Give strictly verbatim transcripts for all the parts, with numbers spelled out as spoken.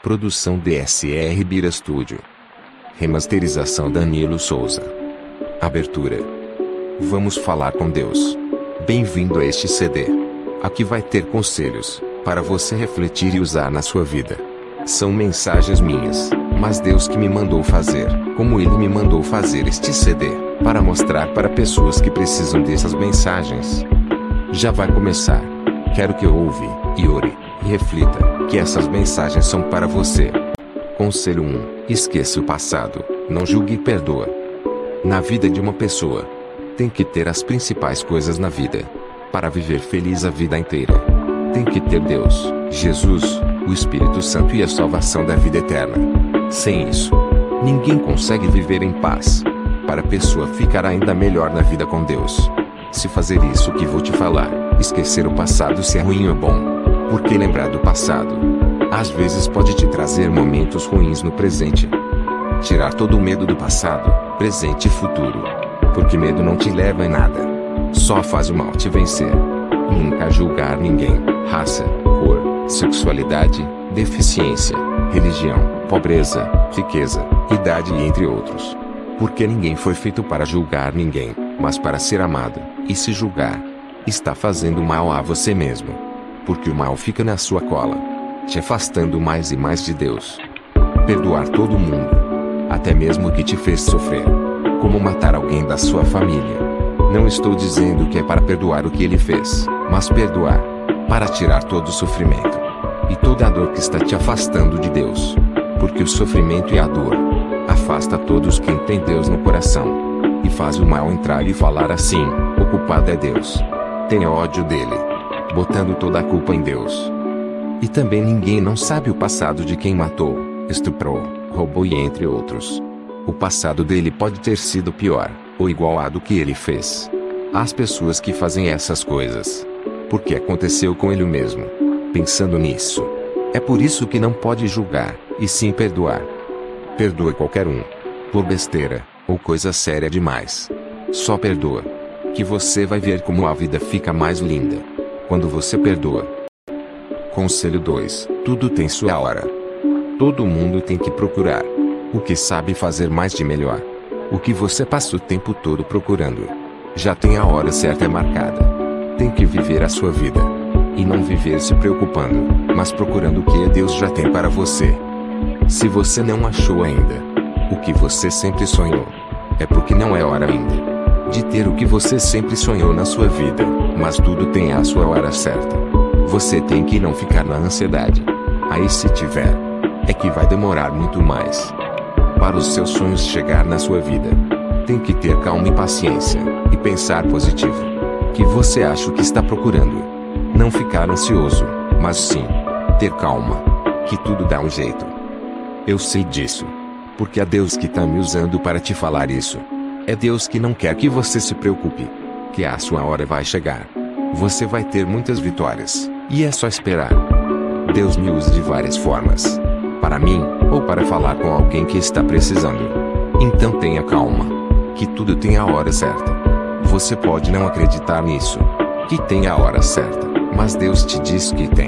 Produção D S R Bira Studio. Remasterização Danilo Souza. Abertura. Vamos falar com Deus. Bem-vindo a este C D. Aqui vai ter conselhos, para você refletir e usar na sua vida. São mensagens minhas, mas Deus que me mandou fazer, como Ele me mandou fazer este C D, para mostrar para pessoas que precisam dessas mensagens. Já vai começar. Quero que ouve, e ore, e reflita, que essas mensagens são para você. Conselho um. Esqueça o passado, não julgue e perdoa. Na vida de uma pessoa, tem que ter as principais coisas na vida, para viver feliz a vida inteira. Tem que ter Deus, Jesus, o Espírito Santo e a salvação da vida eterna. Sem isso, ninguém consegue viver em paz. Para a pessoa ficar ainda melhor na vida com Deus. Se fazer isso que vou te falar, esquecer o passado se é ruim ou bom, porque lembrar do passado, às vezes pode te trazer momentos ruins no presente. Tirar todo o medo do passado, presente e futuro, porque medo não te leva em nada, só faz o mal te vencer. Nunca julgar ninguém, raça, cor, sexualidade, deficiência, religião, pobreza, riqueza, idade e entre outros. Porque ninguém foi feito para julgar ninguém, mas para ser amado. E se julgar, está fazendo mal a você mesmo. Porque o mal fica na sua cola, te afastando mais e mais de Deus. Perdoar todo mundo, até mesmo o que te fez sofrer, como matar alguém da sua família. Não estou dizendo que é para perdoar o que ele fez, mas perdoar, para tirar todo o sofrimento e toda a dor que está te afastando de Deus. Porque o sofrimento e a dor afasta todos quem tem Deus no coração. E faz o mal entrar e falar assim: o culpado é Deus. Tenha ódio dele, botando toda a culpa em Deus. E também ninguém não sabe o passado de quem matou, estuprou, roubou e entre outros. O passado dele pode ter sido pior, ou igual a do que ele fez. As pessoas que fazem essas coisas, porque aconteceu com ele mesmo. Pensando nisso, é por isso que não pode julgar, e sim perdoar. Perdoa qualquer um, por besteira, ou coisa séria demais. Só perdoa, que você vai ver como a vida fica mais linda, quando você perdoa. Conselho dois. Tudo tem sua hora. Todo mundo tem que procurar o que sabe fazer mais de melhor. O que você passa o tempo todo procurando, já tem a hora certa marcada. Tem que viver a sua vida, e não viver se preocupando, mas procurando o que Deus já tem para você. Se você não achou ainda o que você sempre sonhou, é porque não é hora ainda de ter o que você sempre sonhou na sua vida, mas tudo tem a sua hora certa. Você tem que não ficar na ansiedade. Aí se tiver, é que vai demorar muito mais para os seus sonhos chegar na sua vida. Tem que ter calma e paciência, e pensar positivo, que você acha o que está procurando. Não ficar ansioso, mas sim ter calma, que tudo dá um jeito. Eu sei disso, porque é Deus que está me usando para te falar isso. É Deus que não quer que você se preocupe, que a sua hora vai chegar. Você vai ter muitas vitórias, e é só esperar. Deus me usa de várias formas, para mim, ou para falar com alguém que está precisando. Então tenha calma, que tudo tem a hora certa. Você pode não acreditar nisso, que tem a hora certa, mas Deus te diz que tem.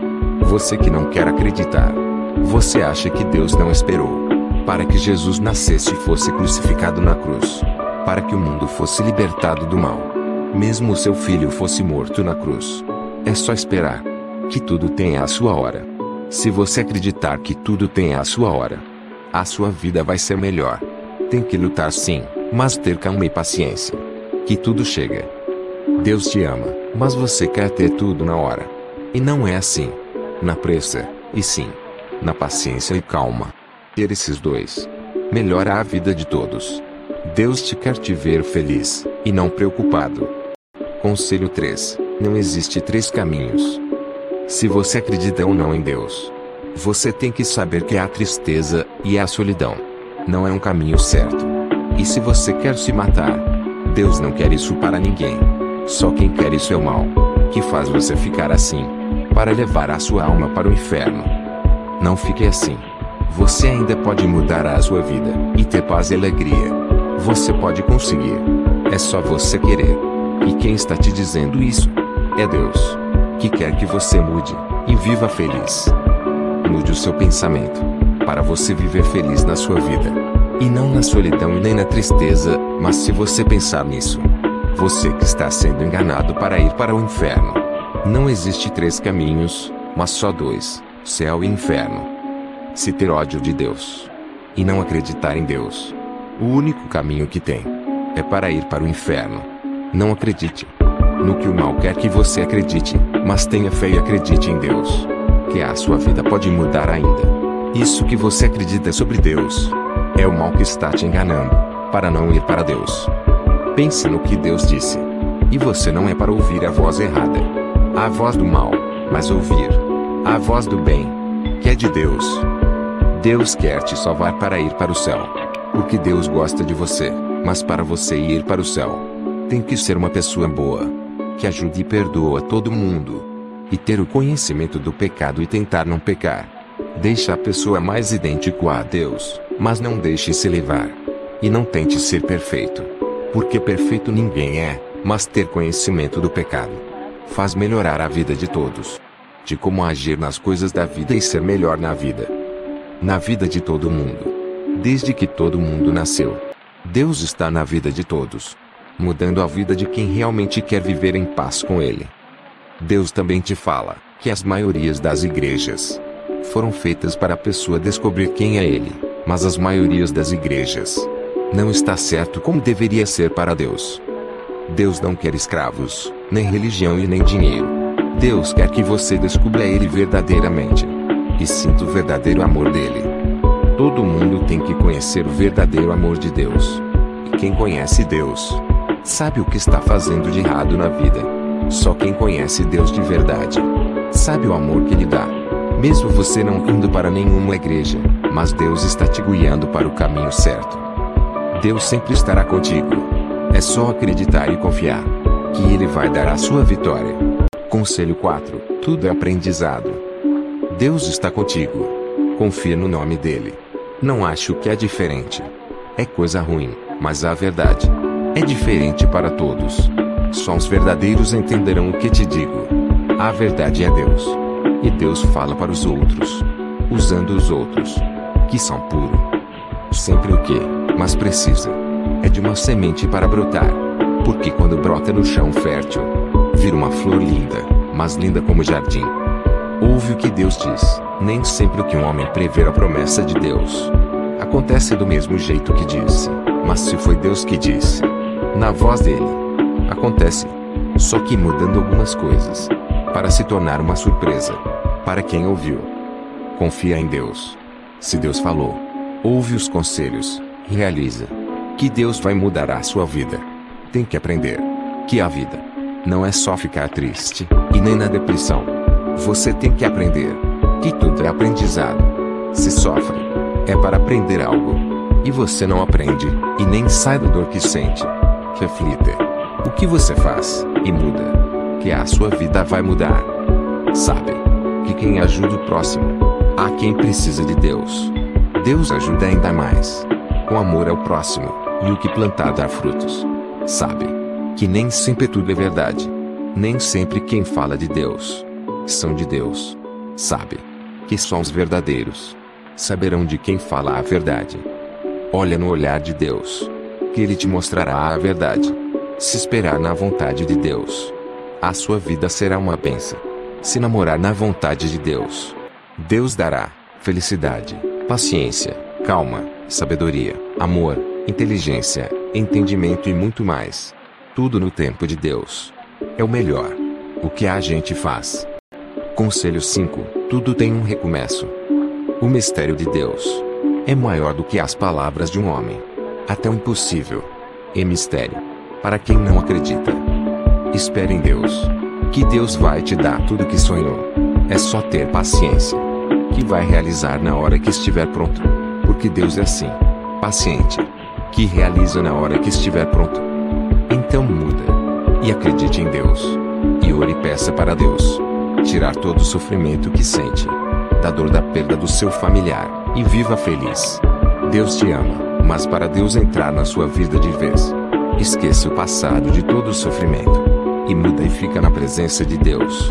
Você que não quer acreditar, você acha que Deus não esperou para que Jesus nascesse e fosse crucificado na cruz, para que o mundo fosse libertado do mal, mesmo o seu filho fosse morto na cruz. É só esperar, que tudo tem a sua hora. Se você acreditar que tudo tem a sua hora, a sua vida vai ser melhor. Tem que lutar sim, mas ter calma e paciência, que tudo chega. Deus te ama, mas você quer ter tudo na hora. E não é assim, na pressa, e sim na paciência e calma. Ter esses dois melhora a vida de todos. Deus te quer te ver feliz, e não preocupado. Conselho três. Não existe três caminhos. Se você acredita ou não em Deus, você tem que saber que a tristeza e a solidão não é um caminho certo. E se você quer se matar, Deus não quer isso para ninguém. Só quem quer isso é o mal, que faz você ficar assim, para levar a sua alma para o inferno. Não fique assim. Você ainda pode mudar a sua vida, e ter paz e alegria. Você pode conseguir. É só você querer. E quem está te dizendo isso? É Deus, que quer que você mude, e viva feliz. Mude o seu pensamento, para você viver feliz na sua vida. E não na solidão e nem na tristeza, mas se você pensar nisso, você que está sendo enganado para ir para o inferno. Não existe três caminhos, mas só dois, céu e inferno. Se ter ódio de Deus e não acreditar em Deus, o único caminho que tem é para ir para o inferno. Não acredite no que o mal quer que você acredite, mas tenha fé e acredite em Deus, que a sua vida pode mudar ainda. Isso que você acredita sobre Deus é o mal que está te enganando, para não ir para Deus. Pense no que Deus disse, e você não é para ouvir a voz errada, a voz do mal, mas ouvir a voz do bem, que é de Deus. Deus quer te salvar para ir para o céu, porque Deus gosta de você, mas para você ir para o céu, tem que ser uma pessoa boa, que ajude e perdoa todo mundo, e ter o conhecimento do pecado e tentar não pecar. Deixe a pessoa mais idêntica a Deus, mas não deixe se levar. E não tente ser perfeito, porque perfeito ninguém é, mas ter conhecimento do pecado faz melhorar a vida de todos, de como agir nas coisas da vida e ser melhor na vida, na vida de todo mundo. Desde que todo mundo nasceu, Deus está na vida de todos, mudando a vida de quem realmente quer viver em paz com Ele. Deus também te fala que as maiorias das igrejas foram feitas para a pessoa descobrir quem é Ele, mas as maiorias das igrejas não está certo como deveria ser para Deus. Deus não quer escravos, nem religião e nem dinheiro. Deus quer que você descubra Ele verdadeiramente e sinta o verdadeiro amor dele. Todo mundo tem que conhecer o verdadeiro amor de Deus. E quem conhece Deus sabe o que está fazendo de errado na vida. Só quem conhece Deus de verdade sabe o amor que Ele dá. Mesmo você não indo para nenhuma igreja, mas Deus está te guiando para o caminho certo. Deus sempre estará contigo. É só acreditar e confiar que Ele vai dar a sua vitória. Conselho quatro. Tudo é aprendizado. Deus está contigo. Confia no nome dEle. Não acho que é diferente. É coisa ruim, mas a verdade é diferente para todos. Só os verdadeiros entenderão o que te digo. A verdade é Deus. E Deus fala para os outros, usando os outros, que são puros. Sempre o que, mas precisa, é de uma semente para brotar. Porque quando brota no chão fértil, vira uma flor linda, mas linda como jardim. Ouve o que Deus diz. Nem sempre o que um homem prevê a promessa de Deus acontece do mesmo jeito que disse, mas se foi Deus que disse, na voz dele, acontece, só que mudando algumas coisas, para se tornar uma surpresa para quem ouviu. Confia em Deus. Se Deus falou, ouve os conselhos, realiza, que Deus vai mudar a sua vida. Tem que aprender que a vida não é só ficar triste, e nem na depressão. Você tem que aprender que tudo é aprendizado. Se sofre, é para aprender algo. E você não aprende, e nem sai da dor que sente. Reflita o que você faz, e muda, que a sua vida vai mudar. Sabe que quem ajuda o próximo, há quem precisa de Deus. Deus ajuda ainda mais. Com amor ao próximo, e o que plantar dá frutos. Sabe que nem sempre tudo é verdade. Nem sempre quem fala de Deus são de Deus. Sabe que só os verdadeiros saberão de quem fala a verdade. Olha no olhar de Deus, que Ele te mostrará a verdade. Se esperar na vontade de Deus, a sua vida será uma bênção. Se namorar na vontade de Deus, Deus dará felicidade, paciência, calma, sabedoria, amor, inteligência, entendimento e muito mais. Tudo no tempo de Deus. É o melhor. O que a gente faz. Conselho cinco. Tudo tem um recomeço. O mistério de Deus é maior do que as palavras de um homem. Até o impossível é mistério para quem não acredita. Espere em Deus, que Deus vai te dar tudo o que sonhou. É só ter paciência, que vai realizar na hora que estiver pronto. Porque Deus é assim, paciente, que realiza na hora que estiver pronto. Então muda, e acredite em Deus, e ore e peça para Deus tirar todo o sofrimento que sente, da dor da perda do seu familiar, e viva feliz. Deus te ama, mas para Deus entrar na sua vida de vez, esqueça o passado de todo o sofrimento, e muda e fica na presença de Deus.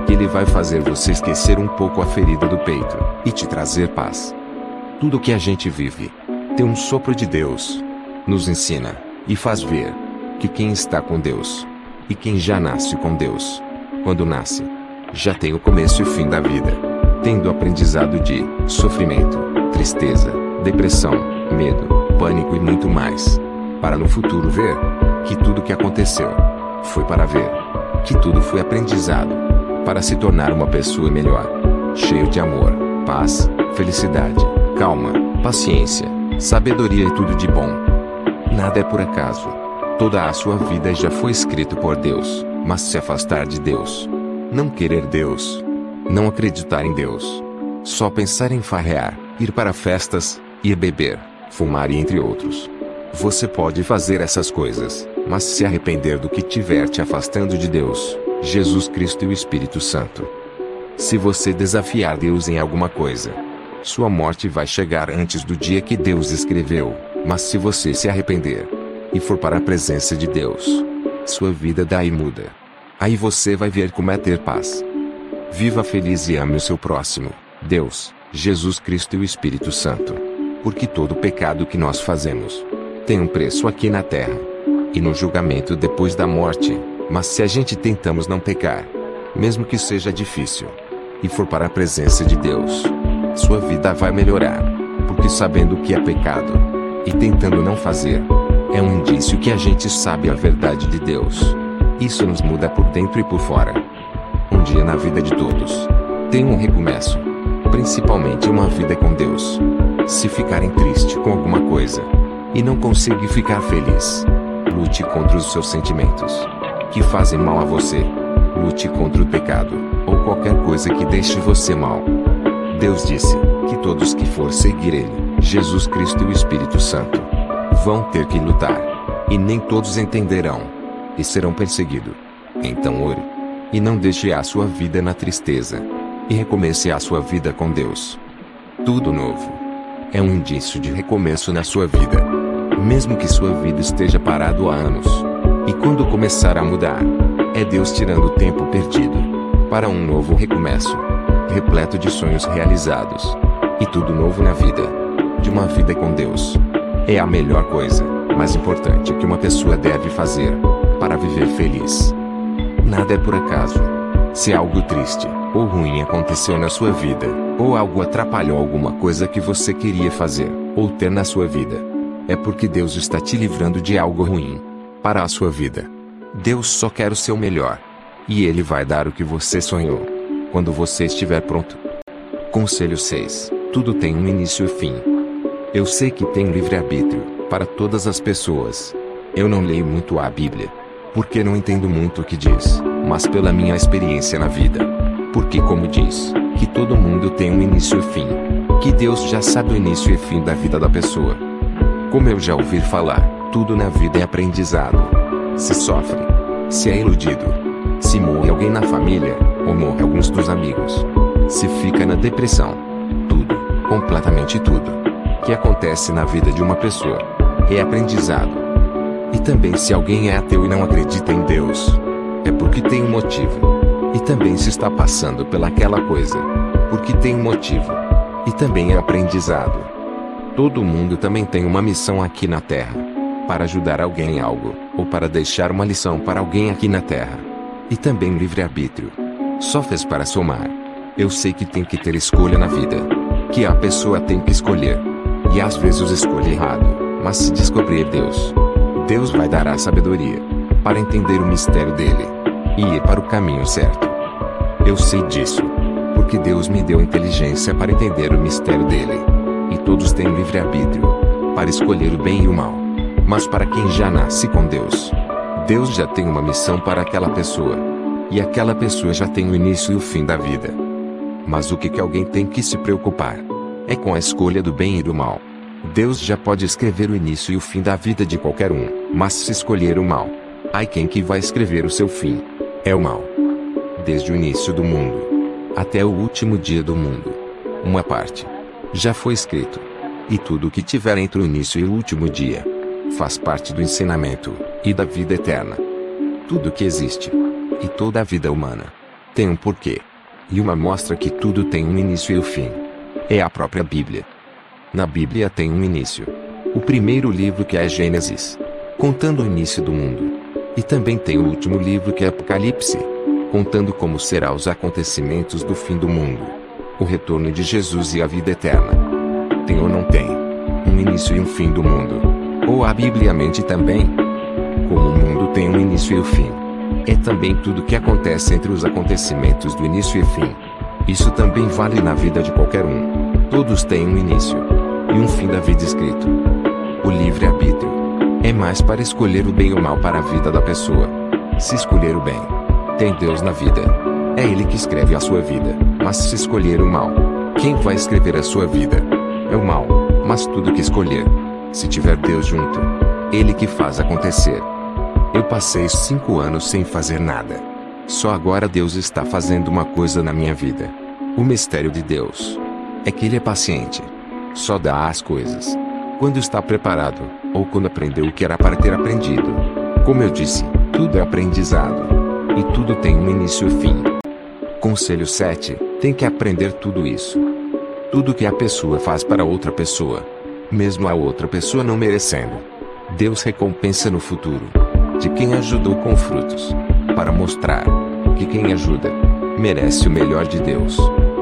que ele vai fazer você esquecer um pouco a ferida do peito e te trazer paz. Tudo que a gente vive tem um sopro de Deus. Nos ensina e faz ver que quem está com Deus e quem já nasce com Deus, quando nasce, já tem o começo e o fim da vida, tendo aprendizado de sofrimento, tristeza, depressão, medo, pânico e muito mais, para no futuro ver que tudo que aconteceu foi para ver que tudo foi aprendizado, para se tornar uma pessoa melhor, cheio de amor, paz, felicidade, calma, paciência, sabedoria e tudo de bom. Nada é por acaso. Toda a sua vida já foi escrito por Deus, mas se afastar de Deus, não querer Deus, não acreditar em Deus, só pensar em farrear, ir para festas, ir beber, fumar e entre outros. Você pode fazer essas coisas, mas se arrepender do que tiver te afastando de Deus, Jesus Cristo e o Espírito Santo. Se você desafiar Deus em alguma coisa, sua morte vai chegar antes do dia que Deus escreveu, mas se você se arrepender e for para a presença de Deus, sua vida daí muda. Aí você vai ver como é ter paz. Viva feliz e ame o seu próximo, Deus, Jesus Cristo e o Espírito Santo. Porque todo pecado que nós fazemos tem um preço aqui na terra e no julgamento depois da morte. Mas se a gente tentamos não pecar, mesmo que seja difícil, e for para a presença de Deus, sua vida vai melhorar. Porque sabendo o que é pecado e tentando não fazer, é um indício que a gente sabe a verdade de Deus. Isso nos muda por dentro e por fora. Um dia na vida de todos tem um recomeço, principalmente uma vida com Deus. Se ficarem triste com alguma coisa e não conseguir ficar feliz, lute contra os seus sentimentos que fazem mal a você. Lute contra o pecado ou qualquer coisa que deixe você mal. Deus disse que todos que for seguir Ele, Jesus Cristo e o Espírito Santo, vão ter que lutar, e nem todos entenderão, e serão perseguidos. Então ore, e não deixe a sua vida na tristeza, e recomece a sua vida com Deus. Tudo novo é um indício de recomeço na sua vida, mesmo que sua vida esteja parado há anos. E quando começar a mudar, é Deus tirando o tempo perdido para um novo recomeço, repleto de sonhos realizados e tudo novo na vida. De uma vida com Deus é a melhor coisa, mais importante que uma pessoa deve fazer para viver feliz. Nada é por acaso. Se algo triste ou ruim aconteceu na sua vida, ou algo atrapalhou alguma coisa que você queria fazer ou ter na sua vida, é porque Deus está te livrando de algo ruim para a sua vida. Deus só quer o seu melhor, e Ele vai dar o que você sonhou, quando você estiver pronto. Conselho seis. Tudo tem um início e fim. Eu sei que tem livre-arbítrio para todas as pessoas. Eu não leio muito a Bíblia, porque não entendo muito o que diz, mas pela minha experiência na vida. Porque como diz, que todo mundo tem um início e fim, que Deus já sabe o início e fim da vida da pessoa. Como eu já ouvi falar, tudo na vida é aprendizado. Se sofre, se é iludido, se morre alguém na família, ou morre alguns dos amigos, se fica na depressão, tudo, completamente tudo, que acontece na vida de uma pessoa, é aprendizado. E também se alguém é ateu e não acredita em Deus, é porque tem um motivo. E também se está passando pelaquela coisa, porque tem um motivo. E também é aprendizado. Todo mundo também tem uma missão aqui na Terra, para ajudar alguém em algo, ou para deixar uma lição para alguém aqui na Terra. E também livre-arbítrio. Só fez para somar. Eu sei que tem que ter escolha na vida, que a pessoa tem que escolher. E às vezes escolhe errado, mas se descobrir Deus, Deus vai dar a sabedoria para entender o mistério dele e ir para o caminho certo. Eu sei disso, porque Deus me deu inteligência para entender o mistério dele. E todos têm livre-arbítrio para escolher o bem e o mal. Mas para quem já nasce com Deus, Deus já tem uma missão para aquela pessoa. E aquela pessoa já tem o início e o fim da vida. Mas o que, que alguém tem que se preocupar é com a escolha do bem e do mal. Deus já pode escrever o início e o fim da vida de qualquer um, mas se escolher o mal, ai quem que vai escrever o seu fim? É o mal. Desde o início do mundo até o último dia do mundo, uma parte já foi escrito. E tudo o que tiver entre o início e o último dia faz parte do ensinamento e da vida eterna. Tudo que existe e toda a vida humana tem um porquê. E uma mostra que tudo tem um início e um fim. É a própria Bíblia. Na Bíblia tem um início. O primeiro livro, que é Gênesis, contando o início do mundo. E também tem o último livro, que é Apocalipse, contando como serão os acontecimentos do fim do mundo, o retorno de Jesus e a vida eterna. Tem ou não tem um início e um fim do mundo? Ou a Bíblia mente também? Como o mundo tem um início e um fim, é também tudo que acontece entre os acontecimentos do início e fim. Isso também vale na vida de qualquer um. Todos têm um início e um fim da vida escrito. O livre-arbítrio é mais para escolher o bem ou o mal para a vida da pessoa. Se escolher o bem, tem Deus na vida. É Ele que escreve a sua vida. Mas se escolher o mal, quem vai escrever a sua vida? É o mal. Mas tudo que escolher, se tiver Deus junto, Ele que faz acontecer. Eu passei cinco anos sem fazer nada. Só agora Deus está fazendo uma coisa na minha vida. O mistério de Deus é que Ele é paciente. Só dá as coisas quando está preparado, ou quando aprendeu o que era para ter aprendido. Como eu disse, tudo é aprendizado. E tudo tem um início e fim. Conselho sete. Tem que aprender tudo isso. Tudo que a pessoa faz para outra pessoa, mesmo a outra pessoa não merecendo, Deus recompensa no futuro. De quem ajudou com frutos, para mostrar que quem ajuda merece o melhor de Deus.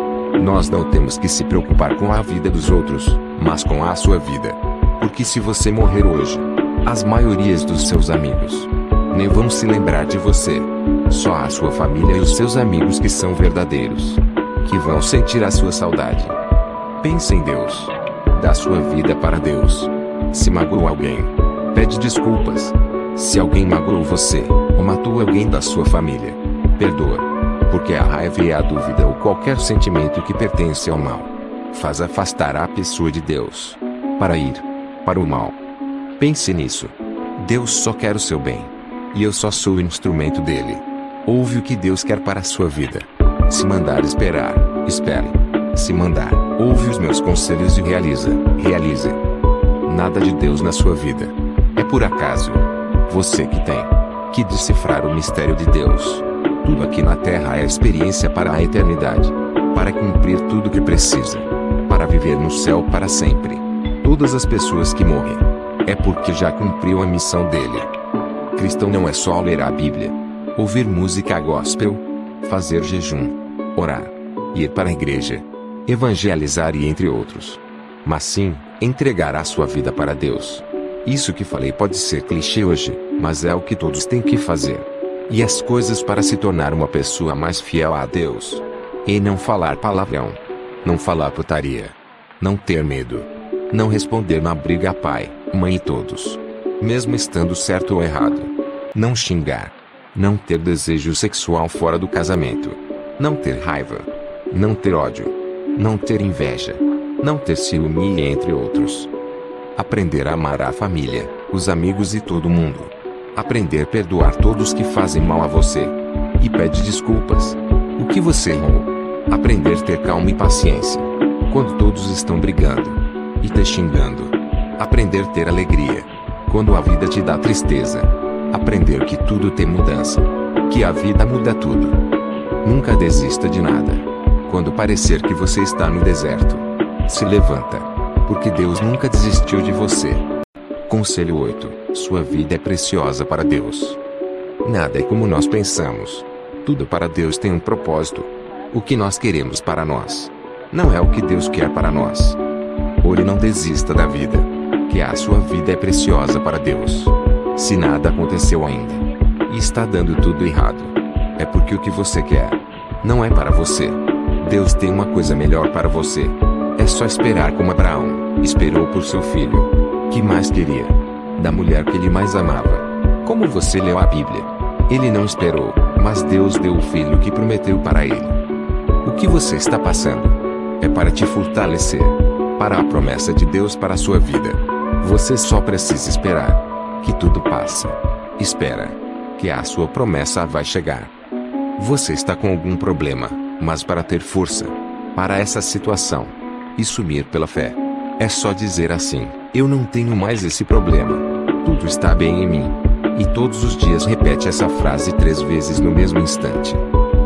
Nós não temos que se preocupar com a vida dos outros, mas com a sua vida. Porque se você morrer hoje, as maiorias dos seus amigos nem vão se lembrar de você. Só a sua família e os seus amigos que são verdadeiros, que vão sentir a sua saudade. Pense em Deus. Dá sua vida para Deus. Se magoou alguém, pede desculpas. Se alguém magoou você, ou matou alguém da sua família, perdoa. Porque a raiva e a dúvida ou qualquer sentimento que pertence ao mal faz afastar a pessoa de Deus, para ir para o mal. Pense nisso. Deus só quer o seu bem. E eu só sou o instrumento dele. Ouve o que Deus quer para a sua vida. Se mandar esperar, espere. Se mandar, ouve os meus conselhos e realiza, realize. Nada de Deus na sua vida é por acaso. Você que tem que decifrar o mistério de Deus. Tudo aqui na Terra é experiência para a eternidade. Para cumprir tudo que precisa. Para viver no céu para sempre. Todas as pessoas que morrem, é porque já cumpriu a missão dele. Cristão não é só ler a Bíblia, ouvir música gospel, fazer jejum, orar, ir para a igreja, evangelizar e entre outros. Mas sim, entregar a sua vida para Deus. Isso que falei pode ser clichê hoje, mas é o que todos têm que fazer. E as coisas para se tornar uma pessoa mais fiel a Deus. E não falar palavrão. Não falar putaria. Não ter medo. Não responder na briga a pai, mãe e todos. Mesmo estando certo ou errado. Não xingar. Não ter desejo sexual fora do casamento. Não ter raiva. Não ter ódio. Não ter inveja. Não ter ciúme, entre outros. Aprender a amar a família, os amigos e todo mundo. Aprender a perdoar todos que fazem mal a você. E pede desculpas. O que você errou. Aprender a ter calma e paciência quando todos estão brigando e te xingando. Aprender a ter alegria quando a vida te dá tristeza. Aprender que tudo tem mudança, que a vida muda tudo. Nunca desista de nada. Quando parecer que você está no deserto, se levanta, porque Deus nunca desistiu de você. Conselho oito. Sua vida é preciosa para Deus. Nada é como nós pensamos. Tudo para Deus tem um propósito. O que nós queremos para nós não é o que Deus quer para nós. Ore, não desista da vida, que a sua vida é preciosa para Deus. Se nada aconteceu ainda e está dando tudo errado, é porque o que você quer não é para você. Deus tem uma coisa melhor para você. É só esperar como Abraão esperou por seu filho, que mais queria, da mulher que ele mais amava. Como você leu a Bíblia, ele não esperou, mas Deus deu o filho que prometeu para ele. O que você está passando é para te fortalecer para a promessa de Deus para a sua vida. Você só precisa esperar que tudo passa. Espera que a sua promessa vai chegar. Você está com algum problema, mas para ter força para essa situação e sumir pela fé, é só dizer assim: eu não tenho mais esse problema. Tudo está bem em mim. E todos os dias repete essa frase três vezes no mesmo instante.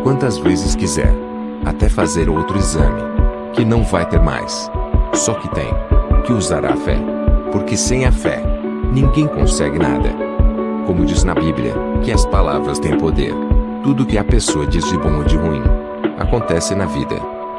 quantas vezes quiser. Até fazer outro exame. Que não vai ter mais. Só que tem que usar a fé. Porque sem a fé, ninguém consegue nada. Como diz na Bíblia, que as palavras têm poder. Tudo que a pessoa diz de bom ou de ruim, acontece na vida.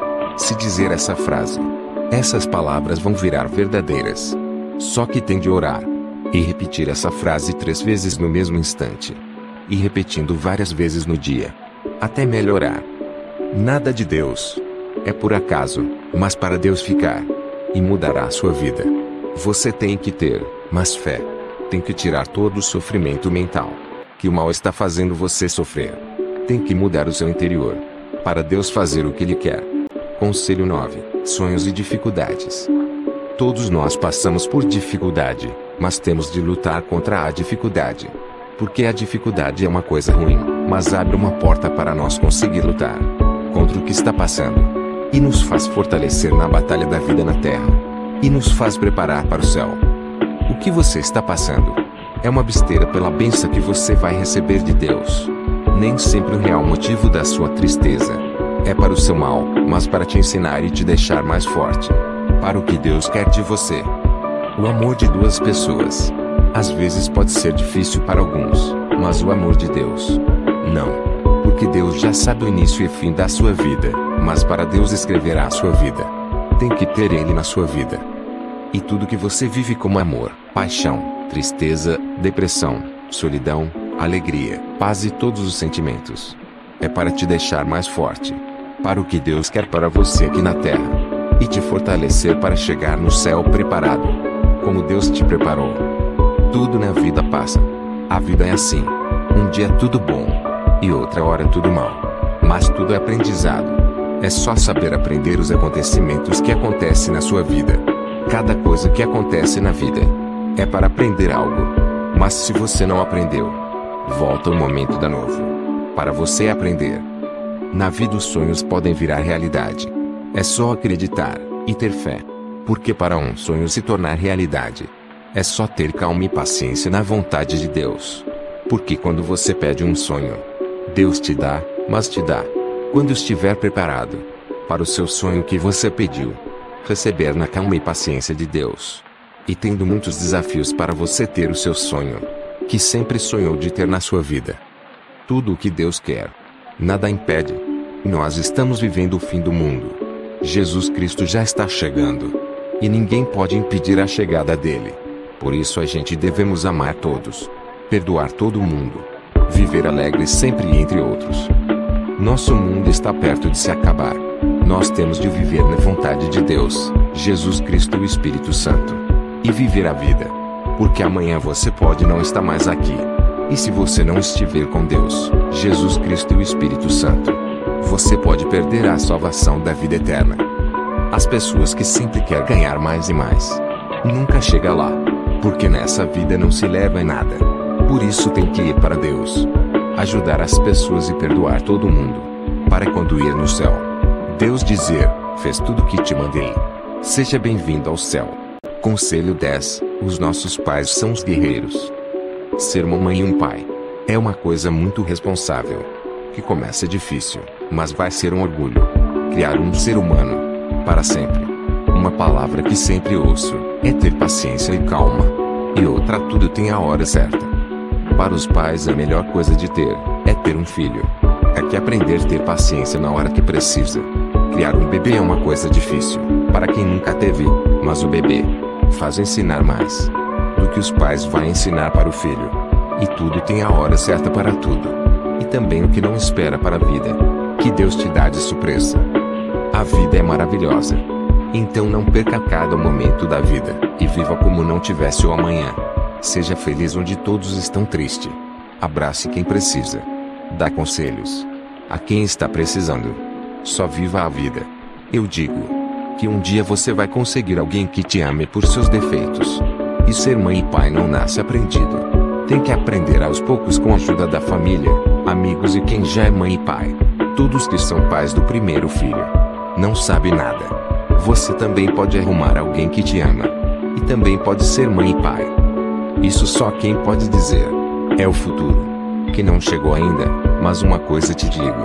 Se dizer essa frase, essas palavras vão virar verdadeiras. Só que tem de orar. E repetir essa frase três vezes no mesmo instante. E repetindo várias vezes no dia. Até melhorar. Nada de Deus é por acaso, mas para Deus ficar. E mudará a sua vida. Você tem que ter, mas fé. Tem que tirar todo o sofrimento mental. Que o mal está fazendo você sofrer. Tem que mudar o seu interior. Para Deus fazer o que Ele quer. Conselho nove. Sonhos e dificuldades. Todos nós passamos por dificuldade, mas temos de lutar contra a dificuldade. Porque a dificuldade é uma coisa ruim, mas abre uma porta para nós conseguir lutar contra o que está passando. E nos faz fortalecer na batalha da vida na terra. E nos faz preparar para o céu. O que você está passando é uma besteira pela bênção que você vai receber de Deus. Nem sempre o real motivo da sua tristeza é para o seu mal, mas para te ensinar e te deixar mais forte. Para o que Deus quer de você. O amor de duas pessoas. Às vezes pode ser difícil para alguns, mas o amor de Deus, não. Porque Deus já sabe o início e fim da sua vida, mas para Deus escreverá a sua vida. Tem que ter Ele na sua vida. E tudo que você vive como amor, paixão, tristeza, depressão, solidão, alegria, paz e todos os sentimentos. É para te deixar mais forte. Para o que Deus quer para você aqui na terra. E te fortalecer para chegar no céu preparado. Como Deus te preparou. Tudo na vida passa. A vida é assim. Um dia tudo bom. E outra hora tudo mal. Mas tudo é aprendizado. É só saber aprender os acontecimentos que acontecem na sua vida. Cada coisa que acontece na vida é para aprender algo. Mas se você não aprendeu, volta o momento da novo. Para você aprender. Na vida os sonhos podem virar realidade. É só acreditar e ter fé. Porque para um sonho se tornar realidade, é só ter calma e paciência na vontade de Deus. Porque quando você pede um sonho, Deus te dá, mas te dá quando estiver preparado para o seu sonho que você pediu. Receber na calma e paciência de Deus. E tendo muitos desafios para você ter o seu sonho, que sempre sonhou de ter na sua vida. Tudo o que Deus quer, nada impede. Nós estamos vivendo o fim do mundo. Jesus Cristo já está chegando. E ninguém pode impedir a chegada dele. Por isso a gente devemos amar todos. Perdoar todo mundo. Viver alegre sempre entre outros. Nosso mundo está perto de se acabar. Nós temos de viver na vontade de Deus, Jesus Cristo e o Espírito Santo. E viver a vida. Porque amanhã você pode não estar mais aqui. E se você não estiver com Deus, Jesus Cristo e o Espírito Santo, você pode perder a salvação da vida eterna. As pessoas que sempre querem ganhar mais e mais, nunca chega lá. Porque nessa vida não se leva em nada. Por isso tem que ir para Deus. Ajudar as pessoas e perdoar todo mundo. Para quando ir no céu, Deus dizer, fez tudo o que te mandei. Seja bem-vindo ao céu. Conselho dez. Os nossos pais são os guerreiros. Ser uma mãe e um pai é uma coisa muito responsável. Que começa difícil, mas vai ser um orgulho. Criar um ser humano para sempre. Uma palavra que sempre ouço é ter paciência e calma. E outra, tudo tem a hora certa. Para os pais a melhor coisa de ter é ter um filho. É que aprender a ter paciência na hora que precisa. Criar um bebê é uma coisa difícil para quem nunca teve, mas o bebê faz ensinar mais do que os pais vão ensinar para o filho. E tudo tem a hora certa para tudo. E também o que não espera para a vida, que Deus te dá de surpresa. A vida é maravilhosa. Então não perca cada momento da vida, e viva como não tivesse o amanhã. Seja feliz onde todos estão tristes. Abrace quem precisa. Dá conselhos a quem está precisando. Só viva a vida. Eu digo que um dia você vai conseguir alguém que te ame por seus defeitos. E ser mãe e pai não nasce aprendido. Tem que aprender aos poucos com a ajuda da família, amigos e quem já é mãe e pai. Todos que são pais do primeiro filho não sabem nada. Você também pode arrumar alguém que te ama. E também pode ser mãe e pai. Isso só quem pode dizer. É o futuro. Que não chegou ainda, mas uma coisa te digo.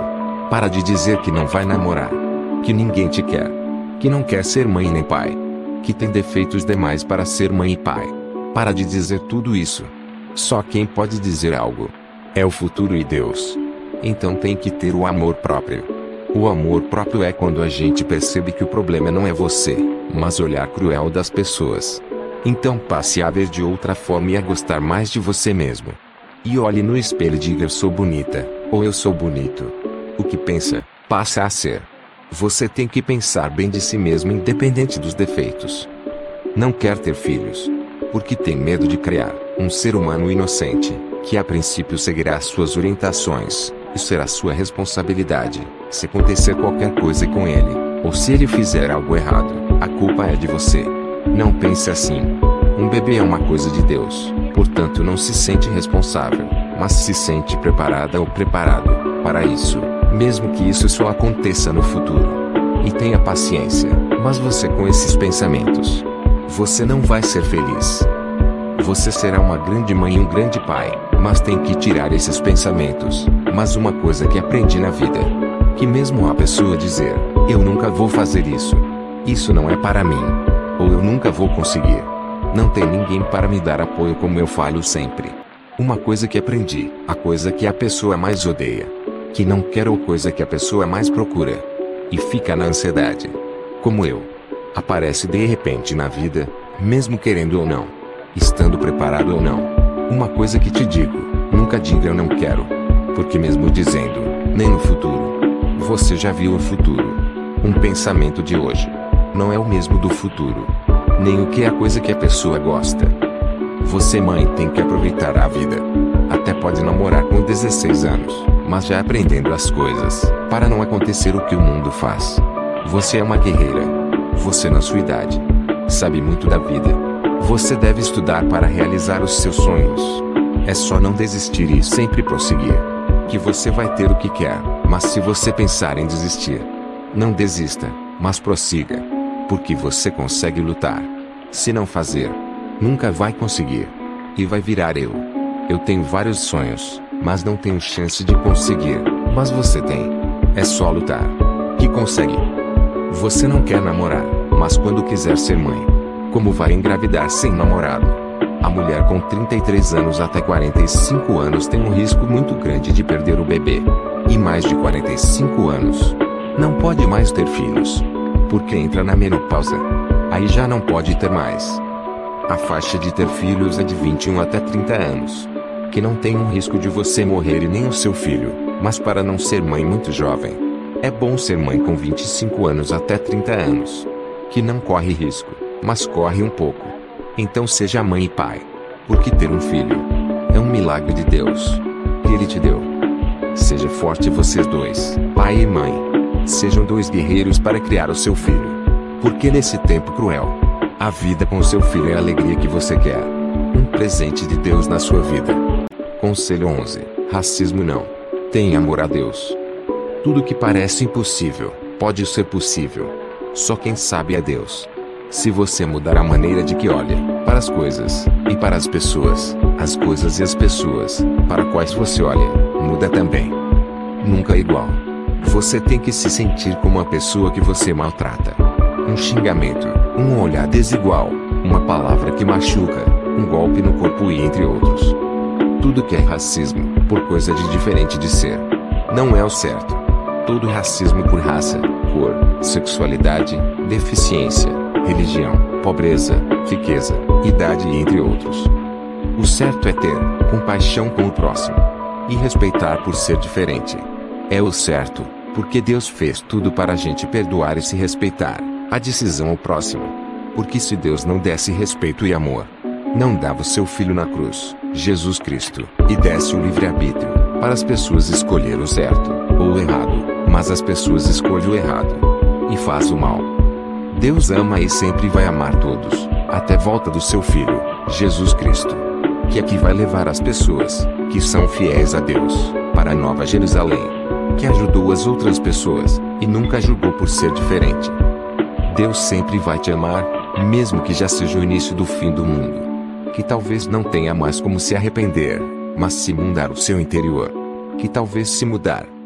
Para de dizer que não vai namorar. Que ninguém te quer. Que não quer ser mãe nem pai. Que tem defeitos demais para ser mãe e pai. Para de dizer tudo isso. Só quem pode dizer algo é o futuro e Deus. Então tem que ter o amor próprio. O amor próprio é quando a gente percebe que o problema não é você, mas o olhar cruel das pessoas. Então passe a ver de outra forma e a gostar mais de você mesmo. E olhe no espelho e diga: eu sou bonita, ou eu sou bonito. O que pensa, passa a ser. Você tem que pensar bem de si mesmo independente dos defeitos. Não quer ter filhos, porque tem medo de criar um ser humano inocente, que a princípio seguirá suas orientações, e será sua responsabilidade, se acontecer qualquer coisa com ele, ou se ele fizer algo errado, a culpa é de você. Não pense assim. Um bebê é uma coisa de Deus, portanto não se sente responsável, mas se sente preparada ou preparado para isso, mesmo que isso só aconteça no futuro. E tenha paciência, mas você com esses pensamentos, você não vai ser feliz. Você será uma grande mãe e um grande pai, mas tem que tirar esses pensamentos. Mas uma coisa que aprendi na vida, que mesmo a pessoa dizer: eu nunca vou fazer isso, isso não é para mim, ou eu nunca vou conseguir, não tem ninguém para me dar apoio, como eu falo sempre. Uma coisa que aprendi, a coisa que a pessoa mais odeia, que não quer, ou coisa que a pessoa mais procura, e fica na ansiedade, como eu, aparece de repente na vida, mesmo querendo ou não, estando preparado ou não. Uma coisa que te digo, nunca diga eu não quero, porque mesmo dizendo, nem no futuro, você já viu o futuro. Um pensamento de hoje não é o mesmo do futuro, nem o que é a coisa que a pessoa gosta. Você, mãe, tem que aproveitar a vida. Até pode namorar com dezesseis anos, mas já aprendendo as coisas, para não acontecer o que o mundo faz. Você é uma guerreira. Você, na sua idade, sabe muito da vida. Você deve estudar para realizar os seus sonhos. É só não desistir e sempre prosseguir, que você vai ter o que quer. Mas se você pensar em desistir, não desista, mas prossiga, porque você consegue lutar. Se não fazer, nunca vai conseguir, e vai virar eu. Eu tenho vários sonhos, mas não tenho chance de conseguir, mas você tem. É só lutar, que consegue. Você não quer namorar, mas quando quiser ser mãe, como vai engravidar sem namorado? A mulher com trinta e três anos até quarenta e cinco anos tem um risco muito grande de perder o bebê. E mais de quarenta e cinco anos, não pode mais ter filhos, porque entra na menopausa. Aí já não pode ter mais. A faixa de ter filhos é de vinte e um até trinta anos. Que não tem um risco de você morrer e nem o seu filho, mas para não ser mãe muito jovem, é bom ser mãe com vinte e cinco anos até trinta anos. Que não corre risco, mas corre um pouco. Então seja mãe e pai, porque ter um filho é um milagre de Deus, que Ele te deu. Seja forte vocês dois, pai e mãe. Sejam dois guerreiros para criar o seu filho. Porque nesse tempo cruel, a vida com seu filho é a alegria que você quer. Um presente de Deus na sua vida. Conselho onze. Racismo não. Tenha amor a Deus. Tudo que parece impossível, pode ser possível. Só quem sabe é Deus. Se você mudar a maneira de que olha para as coisas, e para as pessoas, as coisas e as pessoas, para quais você olha, muda também. Nunca é igual. Você tem que se sentir como a pessoa que você maltrata. Um xingamento, um olhar desigual, uma palavra que machuca, um golpe no corpo e entre outros. Tudo que é racismo, por coisa de diferente de ser, não é o certo. Todo racismo por raça, cor, sexualidade, deficiência, religião, pobreza, riqueza, idade e entre outros. O certo é ter compaixão com o próximo e respeitar por ser diferente. É o certo, porque Deus fez tudo para a gente perdoar e se respeitar. A decisão ao próximo. Porque se Deus não desse respeito e amor, não dava o seu filho na cruz, Jesus Cristo, e desse o livre-arbítrio para as pessoas escolher o certo ou o errado, mas as pessoas escolhem o errado e faz o mal. Deus ama e sempre vai amar todos, até a volta do seu filho, Jesus Cristo, que aqui vai levar as pessoas que são fiéis a Deus para a Nova Jerusalém, que ajudou as outras pessoas e nunca julgou por ser diferente. Deus sempre vai te amar, mesmo que já seja o início do fim do mundo. Que talvez não tenha mais como se arrepender, mas se mudar o seu interior. Que talvez se mudar,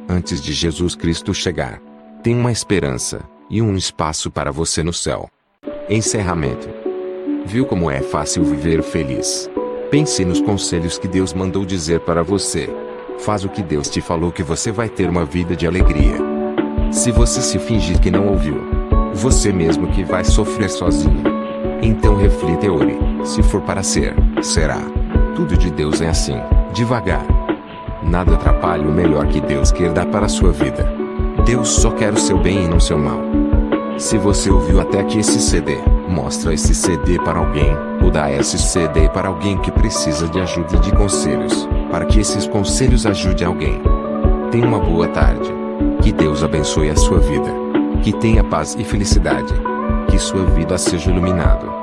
antes de Jesus Cristo chegar. Tem uma esperança e um espaço para você no céu. Encerramento. Viu como é fácil viver feliz? Pense nos conselhos que Deus mandou dizer para você. Faz o que Deus te falou que você vai ter uma vida de alegria. Se você se fingir que não ouviu, você mesmo que vai sofrer sozinho. Então reflita e ore. Se for para ser, será. Tudo de Deus é assim, devagar. Nada atrapalha o melhor que Deus quer dar para a sua vida. Deus só quer o seu bem e não seu mal. Se você ouviu até aqui esse C D, mostra esse C D para alguém, ou dá esse C D para alguém que precisa de ajuda e de conselhos, para que esses conselhos ajudem alguém. Tenha uma boa tarde. Que Deus abençoe a sua vida. Que tenha paz e felicidade. Que sua vida seja iluminada.